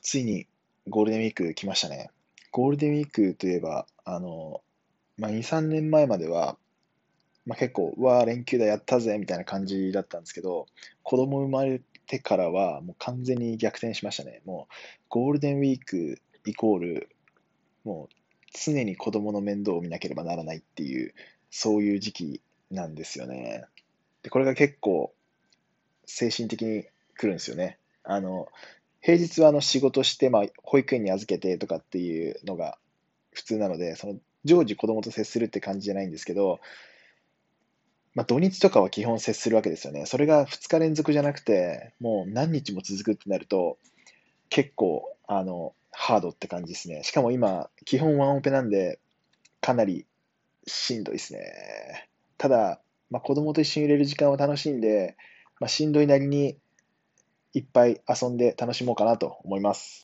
ついにゴールデンウィーク来ましたね。ゴールデンウィークといえば、2、3年前までは、結構、うわー、連休だ、やったぜ、みたいな感じだったんですけど、子供生まれてからは、もう完全に逆転しましたね。もう、ゴールデンウィークイコール、もう、常に子供の面倒を見なければならないっていう、そういう時期なんですよね。で、これが結構、精神的に来るんですよね。平日は仕事して、保育園に預けてとかっていうのが普通なので、その常時子供と接するって感じじゃないんですけど、土日とかは基本接するわけですよね。それが2日連続じゃなくて、もう何日も続くってなると、結構、ハードって感じですね。しかも今、基本ワンオペなんで、かなりしんどいですね。ただ、子供と一緒にいれる時間を楽しんで、しんどいなりにいっぱい遊んで楽しもうかなと思います。